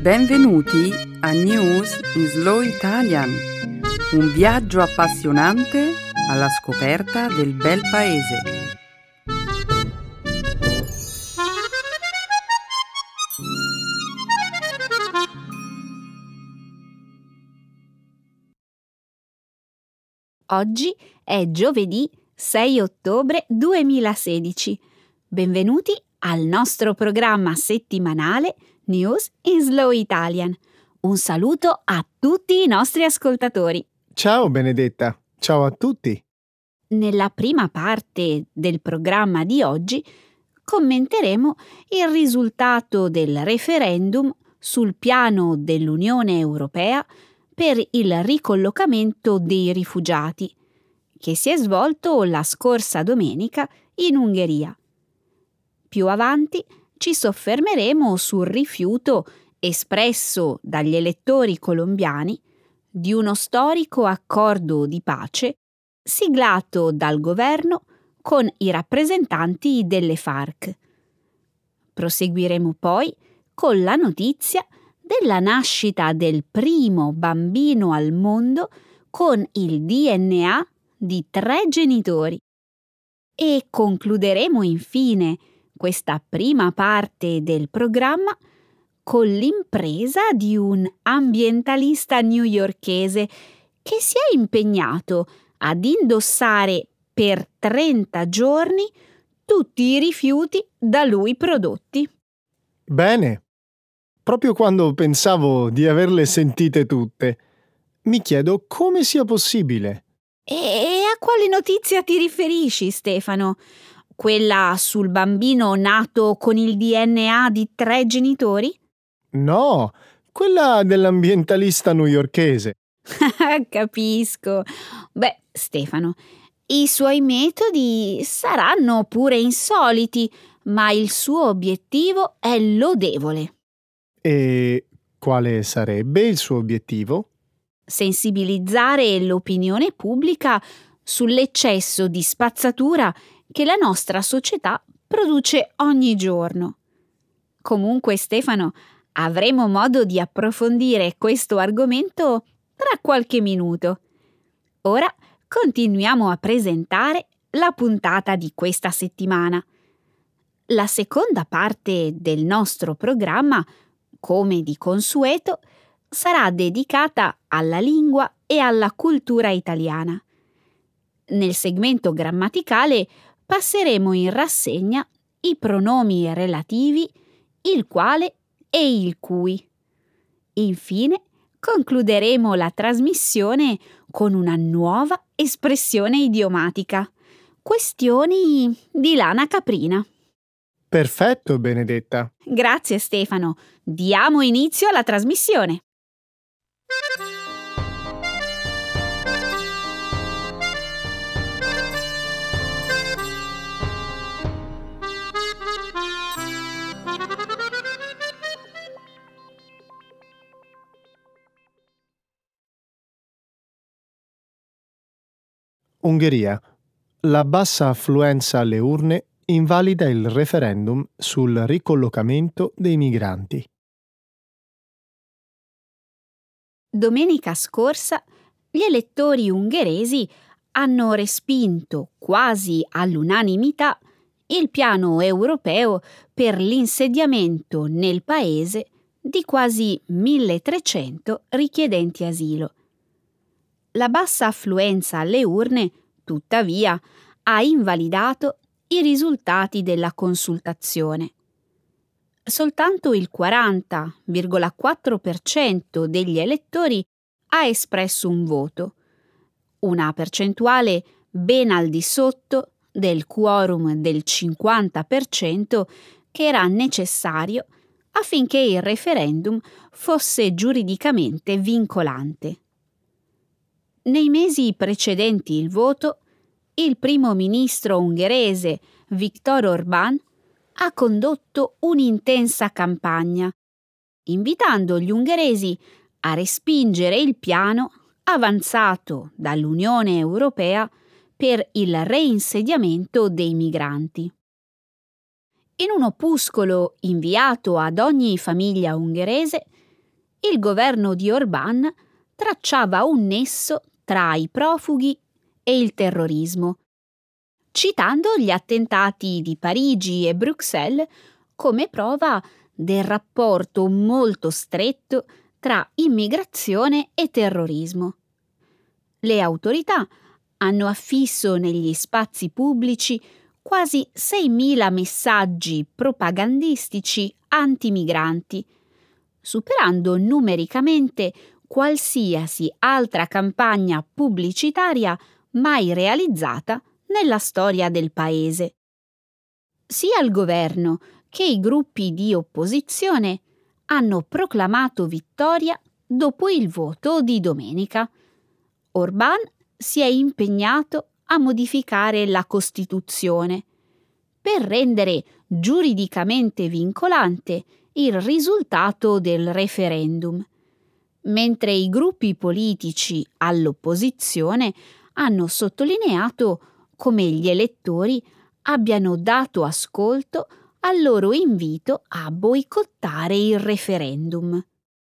Benvenuti a News in Slow Italian, un viaggio appassionante alla scoperta del bel paese. Oggi è giovedì 6 ottobre 2016. Benvenuti al nostro programma settimanale News in Slow Italian. Un saluto a tutti i nostri ascoltatori. Ciao Benedetta, ciao a tutti. Nella prima parte del programma di oggi commenteremo il risultato del referendum sul piano dell'Unione Europea per il ricollocamento dei rifugiati, che si è svolto la scorsa domenica in Ungheria. Più avanti ci soffermeremo sul rifiuto espresso dagli elettori colombiani di uno storico accordo di pace siglato dal governo con i rappresentanti delle FARC. Proseguiremo poi con la notizia della nascita del primo bambino al mondo con il DNA di 3 genitori. E concluderemo infine questa prima parte del programma con l'impresa di un ambientalista newyorkese che si è impegnato ad indossare per 30 giorni tutti i rifiuti da lui prodotti. Bene, proprio quando pensavo di averle sentite tutte, mi chiedo come sia possibile. E a quale notizia ti riferisci, Stefano? Quella sul bambino nato con il DNA di 3 genitori? No, quella dell'ambientalista newyorkese. Capisco. Beh, Stefano, i suoi metodi saranno pure insoliti, ma il suo obiettivo è lodevole. E quale sarebbe il suo obiettivo? Sensibilizzare l'opinione pubblica sull'eccesso di spazzatura che la nostra società produce ogni giorno. Comunque, Stefano, avremo modo di approfondire questo argomento tra qualche minuto. Ora continuiamo a presentare la puntata di questa settimana. La seconda parte del nostro programma, come di consueto, sarà dedicata alla lingua e alla cultura italiana. Nel segmento grammaticale passeremo in rassegna i pronomi relativi il quale e il cui. Infine, concluderemo la trasmissione con una nuova espressione idiomatica. Questioni di lana caprina. Perfetto, Benedetta. Grazie, Stefano. Diamo inizio alla trasmissione. Ungheria. La bassa affluenza alle urne invalida il referendum sul ricollocamento dei migranti. Domenica scorsa gli elettori ungheresi hanno respinto quasi all'unanimità il piano europeo per l'insediamento nel paese di quasi 1.300 richiedenti asilo. La bassa affluenza alle urne, tuttavia, ha invalidato i risultati della consultazione. Soltanto il 40,4% degli elettori ha espresso un voto, una percentuale ben al di sotto del quorum del 50% che era necessario affinché il referendum fosse giuridicamente vincolante. Nei mesi precedenti il voto, il primo ministro ungherese Viktor Orbán ha condotto un'intensa campagna, invitando gli ungheresi a respingere il piano avanzato dall'Unione Europea per il reinsediamento dei migranti. In un opuscolo inviato ad ogni famiglia ungherese, il governo di Orbán tracciava un nesso tra i profughi e il terrorismo, citando gli attentati di Parigi e Bruxelles come prova del rapporto molto stretto tra immigrazione e terrorismo. Le autorità hanno affisso negli spazi pubblici quasi 6.000 messaggi propagandistici antimigranti, superando numericamente qualsiasi altra campagna pubblicitaria mai realizzata nella storia del paese. Sia il governo che i gruppi di opposizione hanno proclamato vittoria dopo il voto di domenica. Orbán si è impegnato a modificare la Costituzione per rendere giuridicamente vincolante il risultato del referendum, mentre i gruppi politici all'opposizione hanno sottolineato come gli elettori abbiano dato ascolto al loro invito a boicottare il referendum.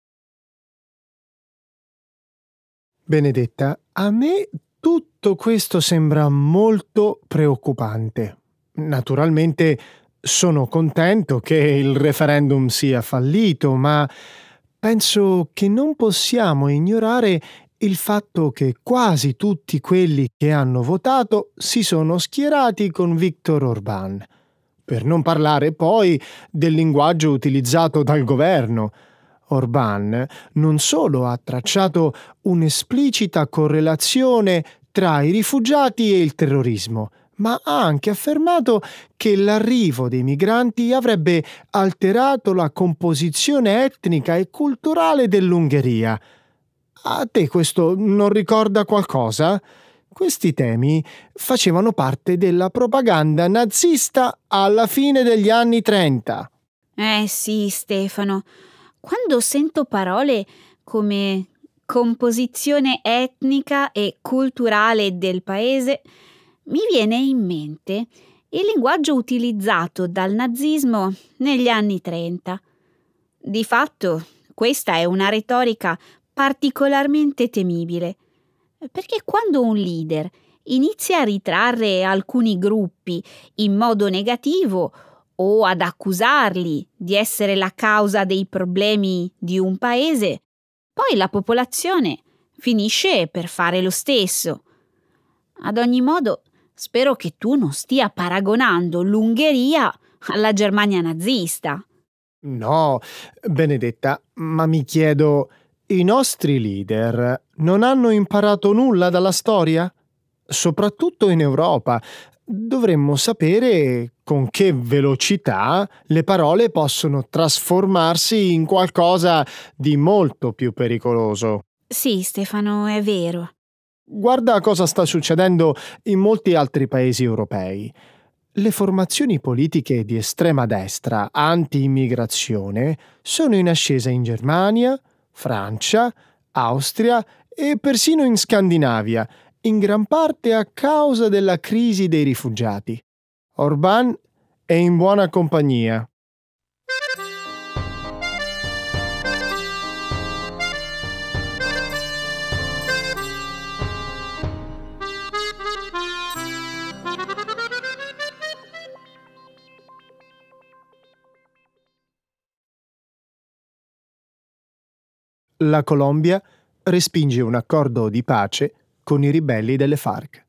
Benedetta, a me tutto questo sembra molto preoccupante. Naturalmente sono contento che il referendum sia fallito, ma penso che non possiamo ignorare il fatto che quasi tutti quelli che hanno votato si sono schierati con Viktor Orbán. Per non parlare poi del linguaggio utilizzato dal governo. Orbán non solo ha tracciato un'esplicita correlazione tra i rifugiati e il terrorismo, ma ha anche affermato che l'arrivo dei migranti avrebbe alterato la composizione etnica e culturale dell'Ungheria. A te questo non ricorda qualcosa? Questi temi facevano parte della propaganda nazista alla fine degli anni 30. Sì, Stefano. Quando sento parole come composizione etnica e culturale del paese, mi viene in mente il linguaggio utilizzato dal nazismo negli anni 30. Di fatto, questa è una retorica particolarmente temibile, perché quando un leader inizia a ritrarre alcuni gruppi in modo negativo o ad accusarli di essere la causa dei problemi di un paese, poi la popolazione finisce per fare lo stesso. Ad ogni modo, spero che tu non stia paragonando l'Ungheria alla Germania nazista. No, Benedetta, ma mi chiedo, i nostri leader non hanno imparato nulla dalla storia? Soprattutto in Europa. Dovremmo sapere con che velocità le parole possono trasformarsi in qualcosa di molto più pericoloso. Sì, Stefano, è vero. Guarda cosa sta succedendo in molti altri paesi europei. Le formazioni politiche di estrema destra anti-immigrazione sono in ascesa in Germania, Francia, Austria e persino in Scandinavia, in gran parte a causa della crisi dei rifugiati. Orbán è in buona compagnia. La Colombia respinge un accordo di pace con i ribelli delle FARC.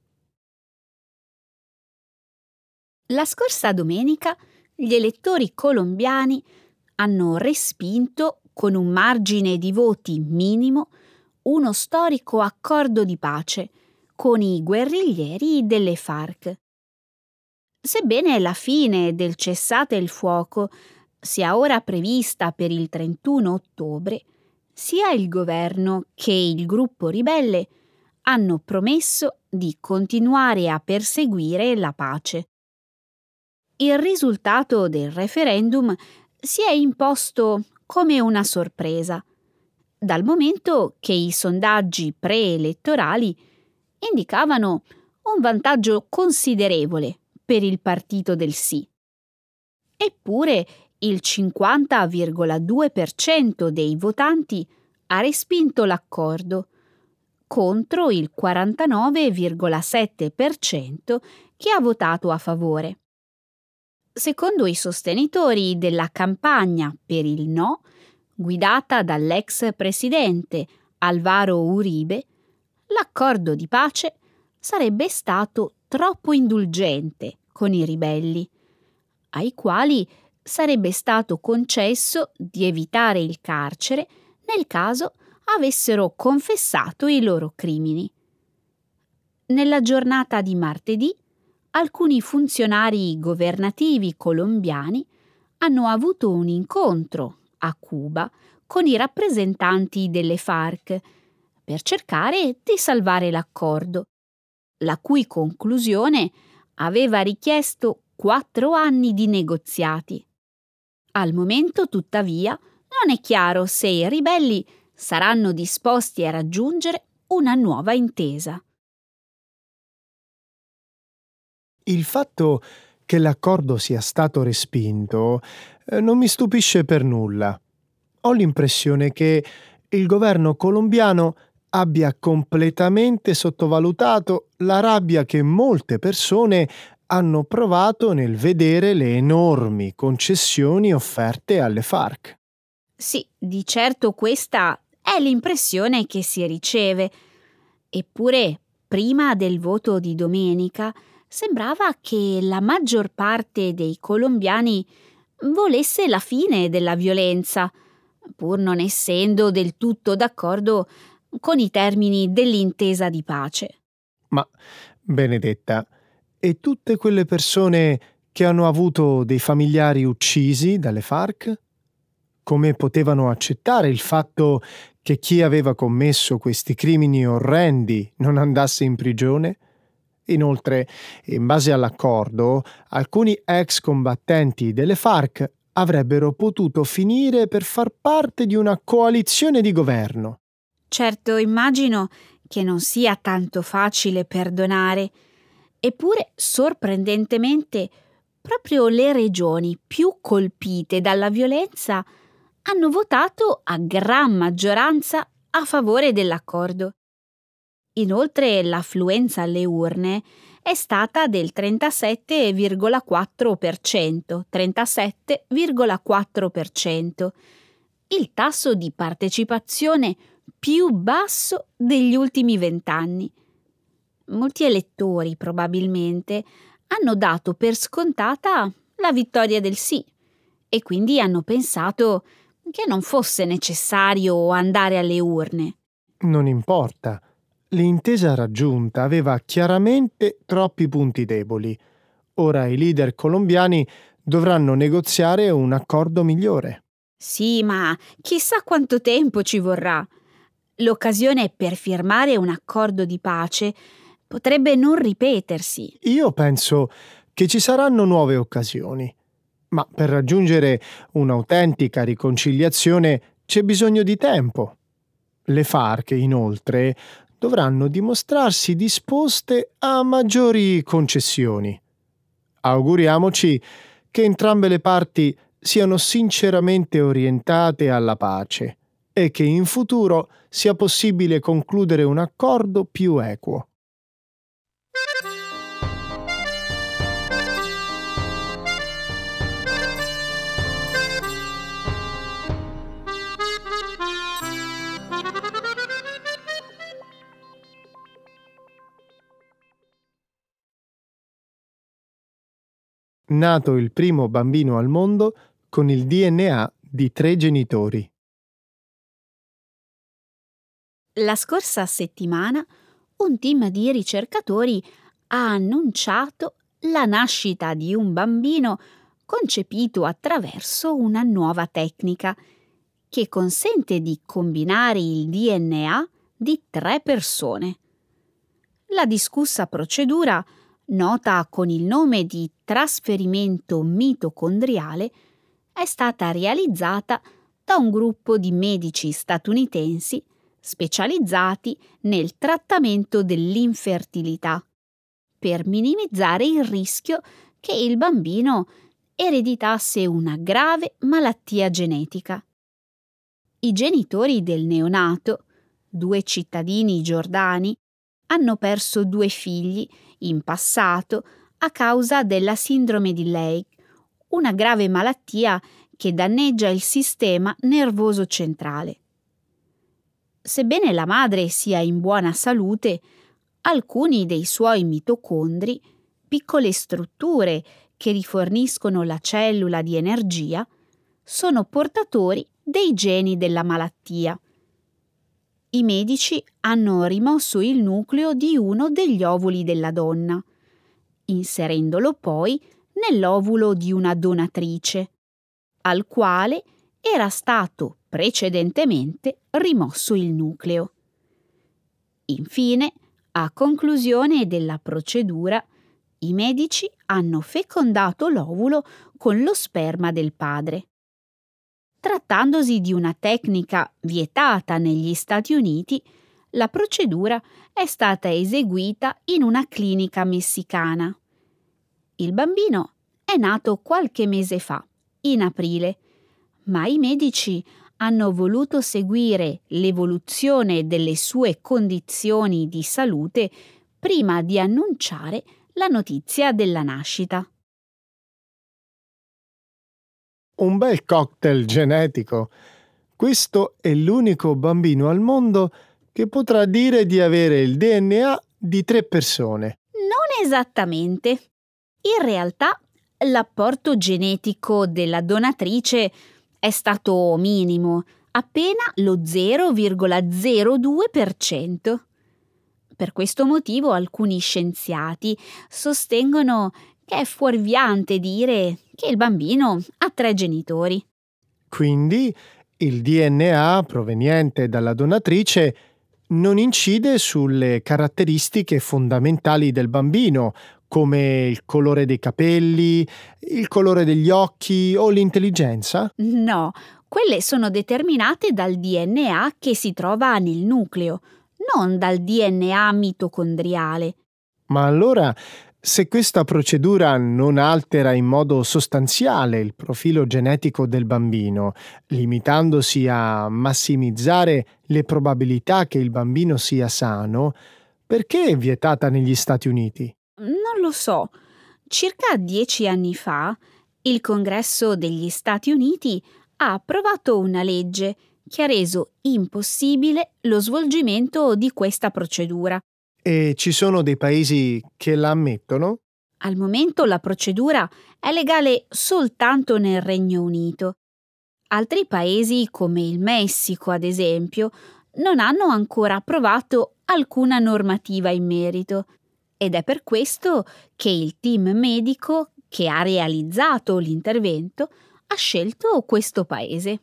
La scorsa domenica gli elettori colombiani hanno respinto con un margine di voti minimo uno storico accordo di pace con i guerriglieri delle FARC. Sebbene la fine del cessate il fuoco sia ora prevista per il 31 ottobre, sia il governo che il gruppo ribelle hanno promesso di continuare a perseguire la pace. Il risultato del referendum si è imposto come una sorpresa, dal momento che i sondaggi preelettorali indicavano un vantaggio considerevole per il partito del sì. Eppure il 50,2% dei votanti ha respinto l'accordo, contro il 49,7% che ha votato a favore. Secondo i sostenitori della campagna per il no, guidata dall'ex presidente Álvaro Uribe, l'accordo di pace sarebbe stato troppo indulgente con i ribelli, ai quali sarebbe stato concesso di evitare il carcere nel caso avessero confessato i loro crimini. Nella giornata di martedì, alcuni funzionari governativi colombiani hanno avuto un incontro a Cuba con i rappresentanti delle FARC per cercare di salvare l'accordo, la cui conclusione aveva richiesto 4 anni di negoziati. Al momento, tuttavia, non è chiaro se i ribelli saranno disposti a raggiungere una nuova intesa. Il fatto che l'accordo sia stato respinto non mi stupisce per nulla. Ho l'impressione che il governo colombiano abbia completamente sottovalutato la rabbia che molte persone hanno provato nel vedere le enormi concessioni offerte alle FARC. Sì, di certo questa è l'impressione che si riceve. Eppure, prima del voto di domenica, sembrava che la maggior parte dei colombiani volesse la fine della violenza, pur non essendo del tutto d'accordo con i termini dell'intesa di pace. Ma, Benedetta, e tutte quelle persone che hanno avuto dei familiari uccisi dalle FARC? Come potevano accettare il fatto che chi aveva commesso questi crimini orrendi non andasse in prigione? Inoltre, in base all'accordo, alcuni ex combattenti delle FARC avrebbero potuto finire per far parte di una coalizione di governo. Certo, immagino che non sia tanto facile perdonare. Eppure, sorprendentemente, proprio le regioni più colpite dalla violenza hanno votato a gran maggioranza a favore dell'accordo. Inoltre, l'affluenza alle urne è stata del 37,4%, il tasso di partecipazione più basso degli ultimi 20 anni. Molti elettori, probabilmente, hanno dato per scontata la vittoria del sì e quindi hanno pensato che non fosse necessario andare alle urne. Non importa. L'intesa raggiunta aveva chiaramente troppi punti deboli. Ora i leader colombiani dovranno negoziare un accordo migliore. Sì, ma chissà quanto tempo ci vorrà. L'occasione per firmare un accordo di pace potrebbe non ripetersi. Io penso che ci saranno nuove occasioni, ma per raggiungere un'autentica riconciliazione c'è bisogno di tempo. Le FARC, inoltre, dovranno dimostrarsi disposte a maggiori concessioni. Auguriamoci che entrambe le parti siano sinceramente orientate alla pace e che in futuro sia possibile concludere un accordo più equo. Nato il primo bambino al mondo con il DNA di 3 genitori. La scorsa settimana un team di ricercatori ha annunciato la nascita di un bambino concepito attraverso una nuova tecnica che consente di combinare il DNA di 3 persone. La discussa procedura, nota con il nome di trasferimento mitocondriale, è stata realizzata da un gruppo di medici statunitensi specializzati nel trattamento dell'infertilità, per minimizzare il rischio che il bambino ereditasse una grave malattia genetica. I genitori del neonato, 2 cittadini giordani, hanno perso 2 figli in passato a causa della sindrome di Lake, una grave malattia che danneggia il sistema nervoso centrale. Sebbene la madre sia in buona salute, alcuni dei suoi mitocondri, piccole strutture che riforniscono la cellula di energia, sono portatori dei geni della malattia. I medici hanno rimosso il nucleo di uno degli ovuli della donna, inserendolo poi nell'ovulo di una donatrice, al quale era stato precedentemente rimosso il nucleo. Infine, a conclusione della procedura, i medici hanno fecondato l'ovulo con lo sperma del padre. Trattandosi di una tecnica vietata negli Stati Uniti, la procedura è stata eseguita in una clinica messicana. Il bambino è nato qualche mese fa, in aprile, ma i medici hanno voluto seguire l'evoluzione delle sue condizioni di salute prima di annunciare la notizia della nascita. Un bel cocktail genetico. Questo è l'unico bambino al mondo che potrà dire di avere il DNA di 3 persone. Non esattamente. In realtà, l'apporto genetico della donatrice è stato minimo, appena lo 0,02%. Per questo motivo alcuni scienziati sostengono che è fuorviante dire che il bambino ha 3 genitori. Quindi il DNA proveniente dalla donatrice non incide sulle caratteristiche fondamentali del bambino, come il colore dei capelli, il colore degli occhi o l'intelligenza? No, quelle sono determinate dal DNA che si trova nel nucleo, non dal DNA mitocondriale. Ma allora, se questa procedura non altera in modo sostanziale il profilo genetico del bambino, limitandosi a massimizzare le probabilità che il bambino sia sano, perché è vietata negli Stati Uniti? Non lo so. Circa 10 anni fa, il Congresso degli Stati Uniti ha approvato una legge che ha reso impossibile lo svolgimento di questa procedura. E ci sono dei paesi che la ammettono? Al momento la procedura è legale soltanto nel Regno Unito. Altri paesi, come il Messico ad esempio, non hanno ancora approvato alcuna normativa in merito. Ed è per questo che il team medico che ha realizzato l'intervento ha scelto questo paese.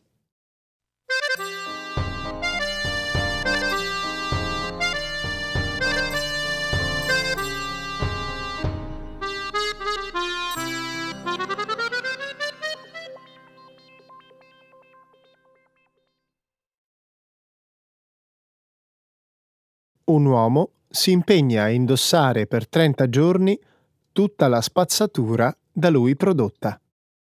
Un uomo si impegna a indossare per 30 giorni tutta la spazzatura da lui prodotta.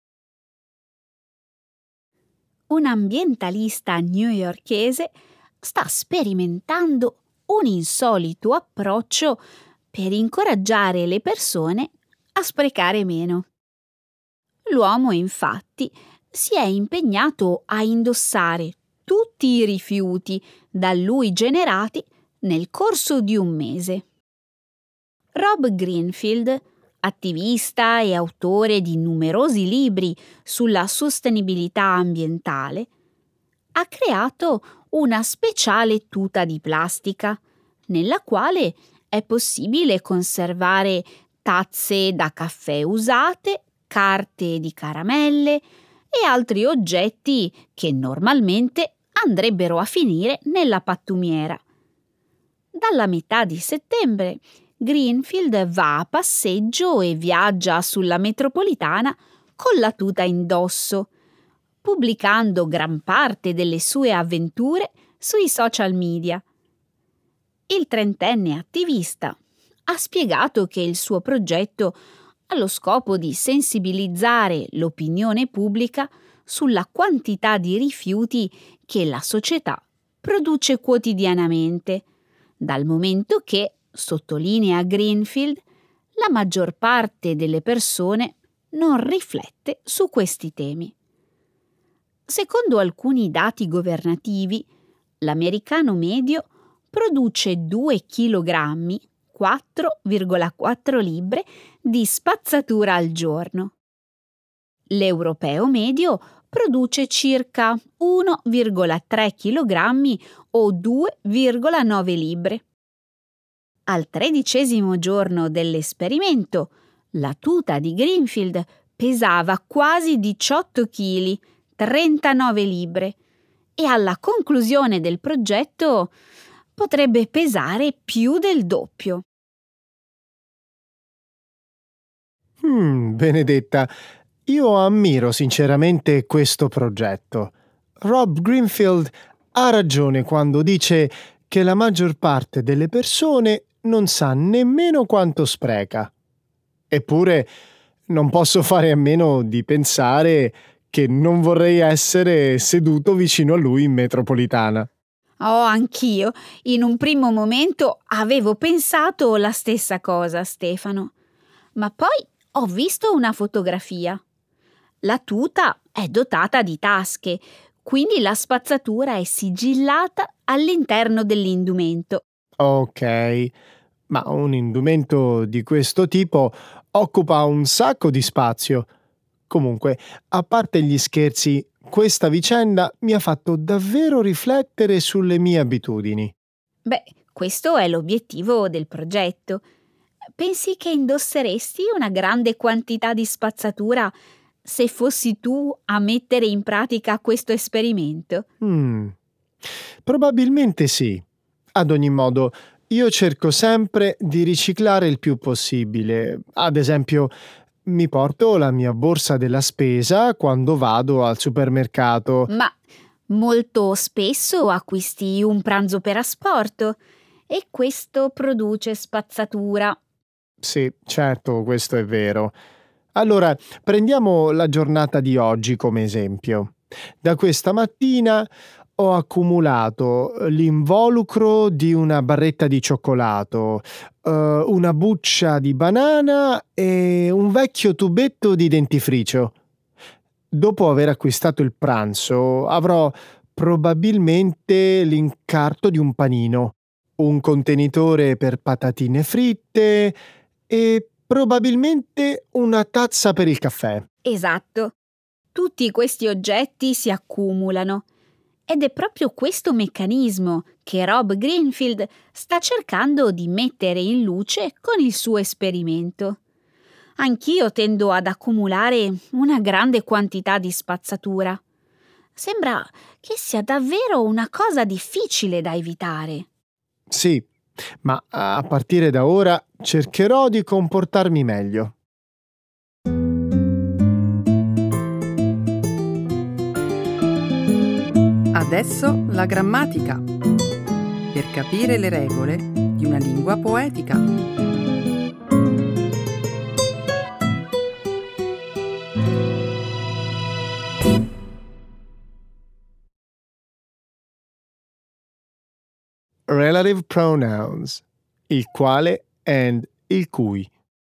Un ambientalista newyorkese sta sperimentando un insolito approccio per incoraggiare le persone a sprecare meno. L'uomo, infatti, si è impegnato a indossare tutti i rifiuti da lui generati nel corso di un mese. Rob Greenfield, attivista e autore di numerosi libri sulla sostenibilità ambientale, ha creato una speciale tuta di plastica, nella quale è possibile conservare tazze da caffè usate, carte di caramelle e altri oggetti che normalmente andrebbero a finire nella pattumiera. Dalla metà di settembre Greenfield va a passeggio e viaggia sulla metropolitana con la tuta indosso, pubblicando gran parte delle sue avventure sui social media. Il 30enne attivista ha spiegato che il suo progetto ha lo scopo di sensibilizzare l'opinione pubblica sulla quantità di rifiuti che la società produce quotidianamente, dal momento che, sottolinea Greenfield, la maggior parte delle persone non riflette su questi temi. Secondo alcuni dati governativi, l'americano medio produce 2 kg, 4,4 libbre di spazzatura al giorno. L'europeo medio produce circa 1,3 kg o 2,9 libbre. Al 13° giorno dell'esperimento, la tuta di Greenfield pesava quasi 18 kg, 39 libbre, e alla conclusione del progetto potrebbe pesare più del doppio. Benedetta, io ammiro sinceramente questo progetto. Rob Greenfield ha ragione quando dice che la maggior parte delle persone non sa nemmeno quanto spreca. Eppure non posso fare a meno di pensare che non vorrei essere seduto vicino a lui in metropolitana. Oh, anch'io. In un primo momento avevo pensato la stessa cosa, Stefano. Ma poi ho visto una fotografia. La tuta è dotata di tasche, quindi la spazzatura è sigillata all'interno dell'indumento. Ok, ma un indumento di questo tipo occupa un sacco di spazio. Comunque, a parte gli scherzi, questa vicenda mi ha fatto davvero riflettere sulle mie abitudini. Beh, questo è l'obiettivo del progetto. Pensi che indosseresti una grande quantità di spazzatura se fossi tu a mettere in pratica questo esperimento? Probabilmente sì. Ad ogni modo, io cerco sempre di riciclare il più possibile. Ad esempio, mi porto la mia borsa della spesa quando vado al supermercato. Ma molto spesso acquisti un pranzo per asporto e questo produce spazzatura. Sì, certo, questo è vero. Allora, prendiamo la giornata di oggi come esempio. Da questa mattina ho accumulato l'involucro di una barretta di cioccolato, una buccia di banana e un vecchio tubetto di dentifricio. Dopo aver acquistato il pranzo, avrò probabilmente l'incarto di un panino, un contenitore per patatine fritte e probabilmente una tazza per il caffè. Esatto. Tutti questi oggetti si accumulano. Ed è proprio questo meccanismo che Rob Greenfield sta cercando di mettere in luce con il suo esperimento. Anch'io tendo ad accumulare una grande quantità di spazzatura. Sembra che sia davvero una cosa difficile da evitare. Sì, ma a partire da ora cercherò di comportarmi meglio. Adesso la grammatica, per capire le regole di una lingua poetica. Relative pronouns, il quale and il cui.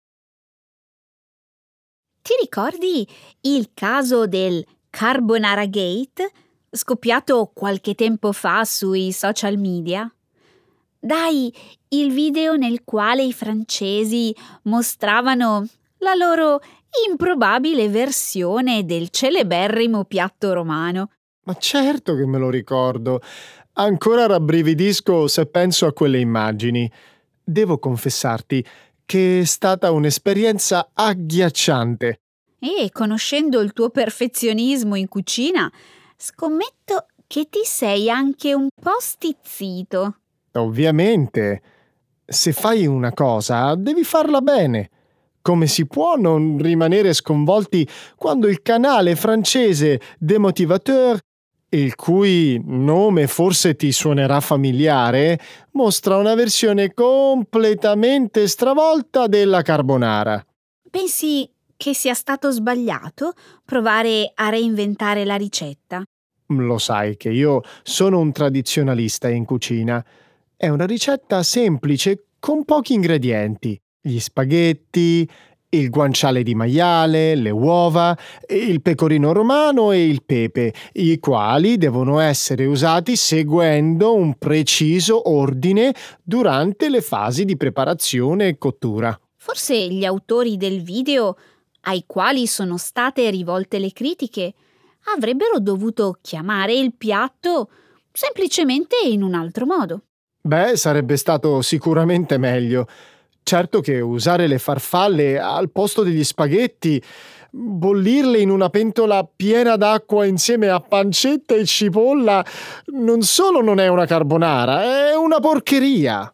Ti ricordi il caso del Carbonara Gate, scoppiato qualche tempo fa sui social media? Dai, il video nel quale i francesi mostravano la loro improbabile versione del celeberrimo piatto romano. Ma certo che me lo ricordo. Ancora rabbrividisco se penso a quelle immagini. Devo confessarti che è stata un'esperienza agghiacciante. E conoscendo il tuo perfezionismo in cucina, scommetto che ti sei anche un po' stizzito. Ovviamente, se fai una cosa, devi farla bene. Come si può non rimanere sconvolti quando il canale francese Des Motivateurs, il cui nome forse ti suonerà familiare, mostra una versione completamente stravolta della carbonara? Pensi che sia stato sbagliato provare a reinventare la ricetta? Lo sai che io sono un tradizionalista in cucina. È una ricetta semplice con pochi ingredienti. Gli spaghetti, il guanciale di maiale, le uova, il pecorino romano e il pepe, i quali devono essere usati seguendo un preciso ordine durante le fasi di preparazione e cottura. Forse gli autori del video, ai quali sono state rivolte le critiche, avrebbero dovuto chiamare il piatto semplicemente in un altro modo. Beh, sarebbe stato sicuramente meglio. Certo che usare le farfalle al posto degli spaghetti, bollirle in una pentola piena d'acqua insieme a pancetta e cipolla, non solo non è una carbonara, è una porcheria.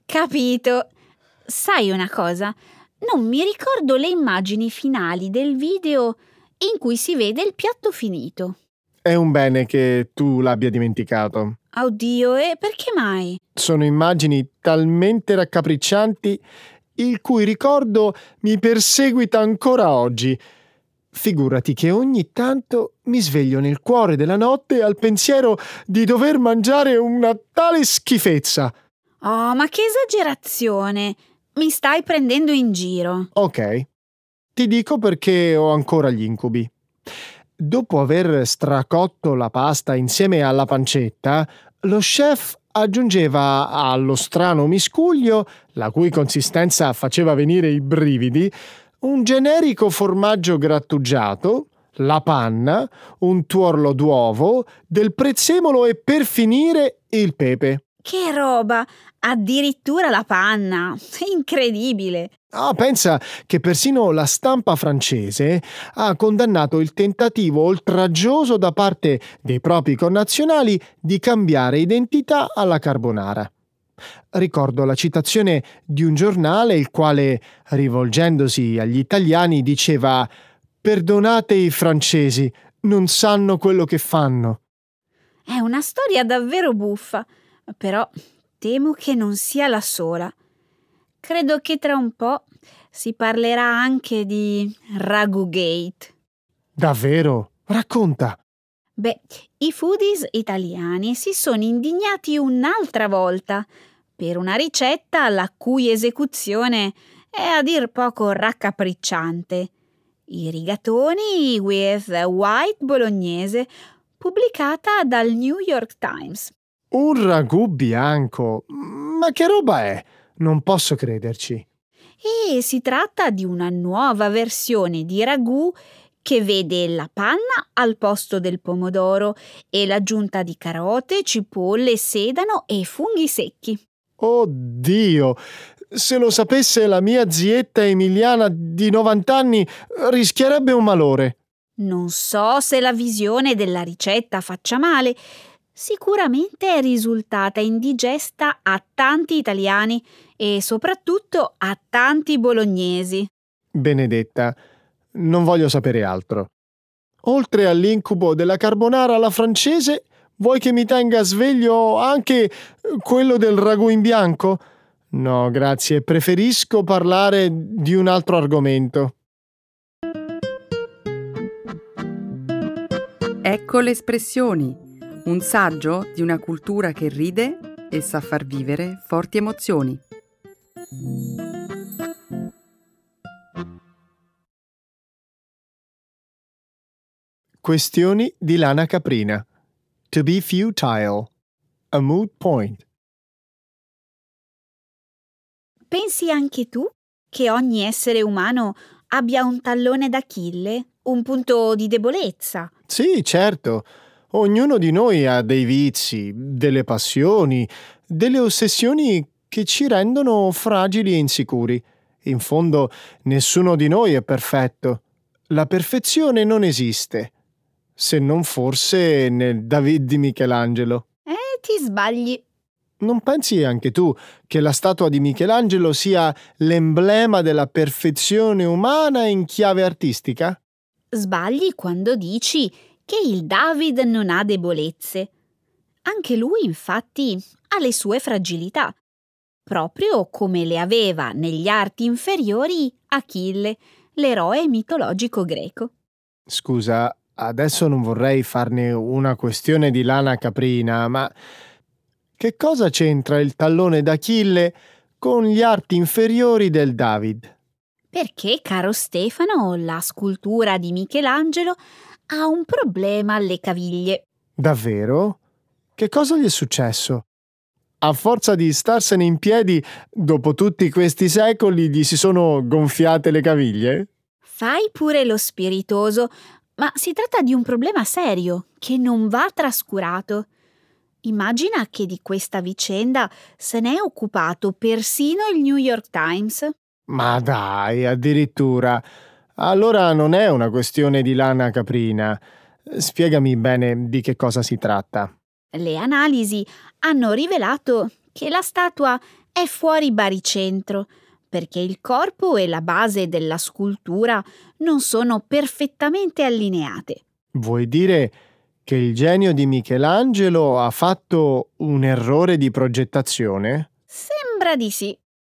Capito. Sai una cosa? Non mi ricordo le immagini finali del video in cui si vede il piatto finito. È un bene che tu l'abbia dimenticato. Oddio, e perché mai? Sono immagini talmente raccapriccianti il cui ricordo mi perseguita ancora oggi. Figurati che ogni tanto mi sveglio nel cuore della notte al pensiero di dover mangiare una tale schifezza. Oh, ma che esagerazione! Mi stai prendendo in giro. Ok, ti dico perché ho ancora gli incubi. Dopo aver stracotto la pasta insieme alla pancetta, lo chef aggiungeva allo strano miscuglio, la cui consistenza faceva venire i brividi, un generico formaggio grattugiato, la panna, un tuorlo d'uovo, del prezzemolo e per finire il pepe. Che roba! Addirittura la panna! Incredibile! Pensa che persino la stampa francese ha condannato il tentativo oltraggioso da parte dei propri connazionali di cambiare identità alla carbonara. Ricordo la citazione di un giornale il quale, rivolgendosi agli italiani, diceva: «Perdonate i francesi, non sanno quello che fanno». È una storia davvero buffa, però temo che non sia la sola. Credo che tra un po' si parlerà anche di Ragù-gate. Davvero? Racconta! Beh, i foodies italiani si sono indignati un'altra volta per una ricetta la cui esecuzione è a dir poco raccapricciante. I rigatoni with white bolognese, pubblicata dal New York Times. Un ragù bianco? Ma che roba è? Non posso crederci. E si tratta di una nuova versione di ragù che vede la panna al posto del pomodoro e l'aggiunta di carote, cipolle, sedano e funghi secchi. Oddio! Se lo sapesse la mia zietta Emiliana di 90 anni, rischierebbe un malore. Non so se la visione della ricetta faccia male. Sicuramente è risultata indigesta a tanti italiani e soprattutto a tanti bolognesi. Benedetta, non voglio sapere altro. Oltre all'incubo della carbonara alla francese, vuoi che mi tenga sveglio anche quello del ragù in bianco? No, grazie, preferisco parlare di un altro argomento. Ecco le espressioni. Un saggio di una cultura che ride e sa far vivere forti emozioni. Questioni di lana caprina. To be futile. A moot point. Pensi anche tu che ogni essere umano abbia un tallone d'Achille, un punto di debolezza? Sì, certo. Ognuno di noi ha dei vizi, delle passioni, delle ossessioni che ci rendono fragili e insicuri. In fondo, nessuno di noi è perfetto. La perfezione non esiste, se non forse nel David di Michelangelo. Ti sbagli. Non pensi anche tu che la statua di Michelangelo sia l'emblema della perfezione umana in chiave artistica? Sbagli quando dici che il David non ha debolezze. Anche lui, infatti, ha le sue fragilità, proprio come le aveva negli arti inferiori Achille, l'eroe mitologico greco. Scusa, adesso non vorrei farne una questione di lana caprina, ma che cosa c'entra il tallone d'Achille con gli arti inferiori del David? Perché, caro Stefano, la scultura di Michelangelo ha un problema alle caviglie. Davvero? Che cosa gli è successo? A forza di starsene in piedi, dopo tutti questi secoli gli si sono gonfiate le caviglie? Fai pure lo spiritoso, ma si tratta di un problema serio che non va trascurato. Immagina che di questa vicenda se n'è occupato persino il New York Times. Ma dai, addirittura. Allora non è una questione di lana caprina. Spiegami bene di che cosa si tratta. Le analisi hanno rivelato che la statua è fuori baricentro, perché il corpo e la base della scultura non sono perfettamente allineate. Vuoi dire che il genio di Michelangelo ha fatto un errore di progettazione? Sembra di sì.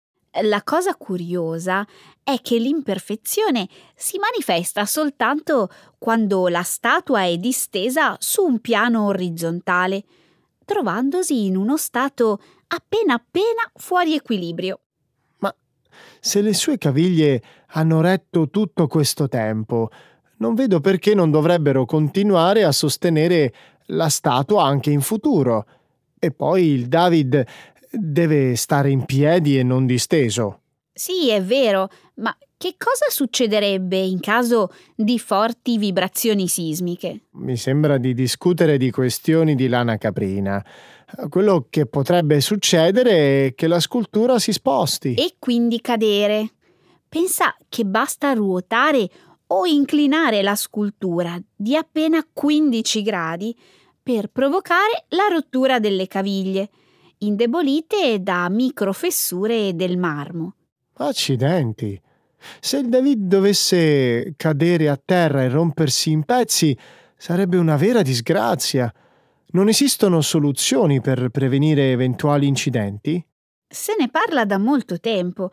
La cosa curiosa è che l'imperfezione si manifesta soltanto quando la statua è distesa su un piano orizzontale, trovandosi in uno stato appena fuori equilibrio. Ma se le sue caviglie hanno retto tutto questo tempo, non vedo perché non dovrebbero continuare a sostenere la statua anche in futuro. E poi il David deve stare in piedi e non disteso. Sì, è vero, ma che cosa succederebbe in caso di forti vibrazioni sismiche? Mi sembra di discutere di questioni di lana caprina. Quello che potrebbe succedere è che la scultura si sposti. E quindi cadere. Pensa che basta ruotare o inclinare la scultura di appena 15 gradi per provocare la rottura delle caviglie, indebolite da microfessure del marmo. Accidenti! Se il David dovesse cadere a terra e rompersi in pezzi, sarebbe una vera disgrazia. Non esistono soluzioni per prevenire eventuali incidenti? Se ne parla da molto tempo.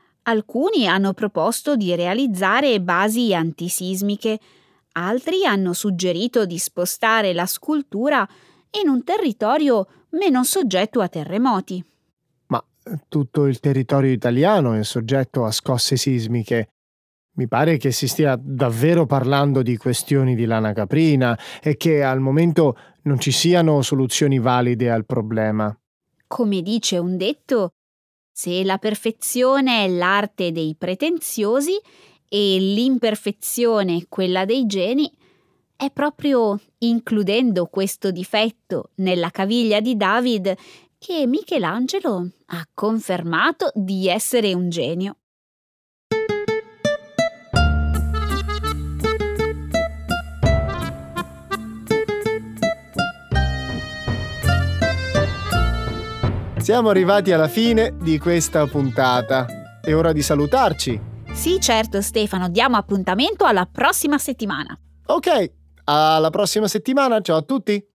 Alcuni hanno proposto di realizzare basi antisismiche, altri hanno suggerito di spostare la scultura in un territorio meno soggetto a terremoti. Ma tutto il territorio italiano è soggetto a scosse sismiche. Mi pare che si stia davvero parlando di questioni di lana caprina e che al momento non ci siano soluzioni valide al problema. Come dice un detto, se la perfezione è l'arte dei pretenziosi e l'imperfezione quella dei geni, è proprio includendo questo difetto nella caviglia di David che Michelangelo ha confermato di essere un genio. Siamo arrivati alla fine di questa puntata. È ora di salutarci. Sì, certo, Stefano, diamo appuntamento alla prossima settimana. Ok, alla prossima settimana. Ciao a tutti.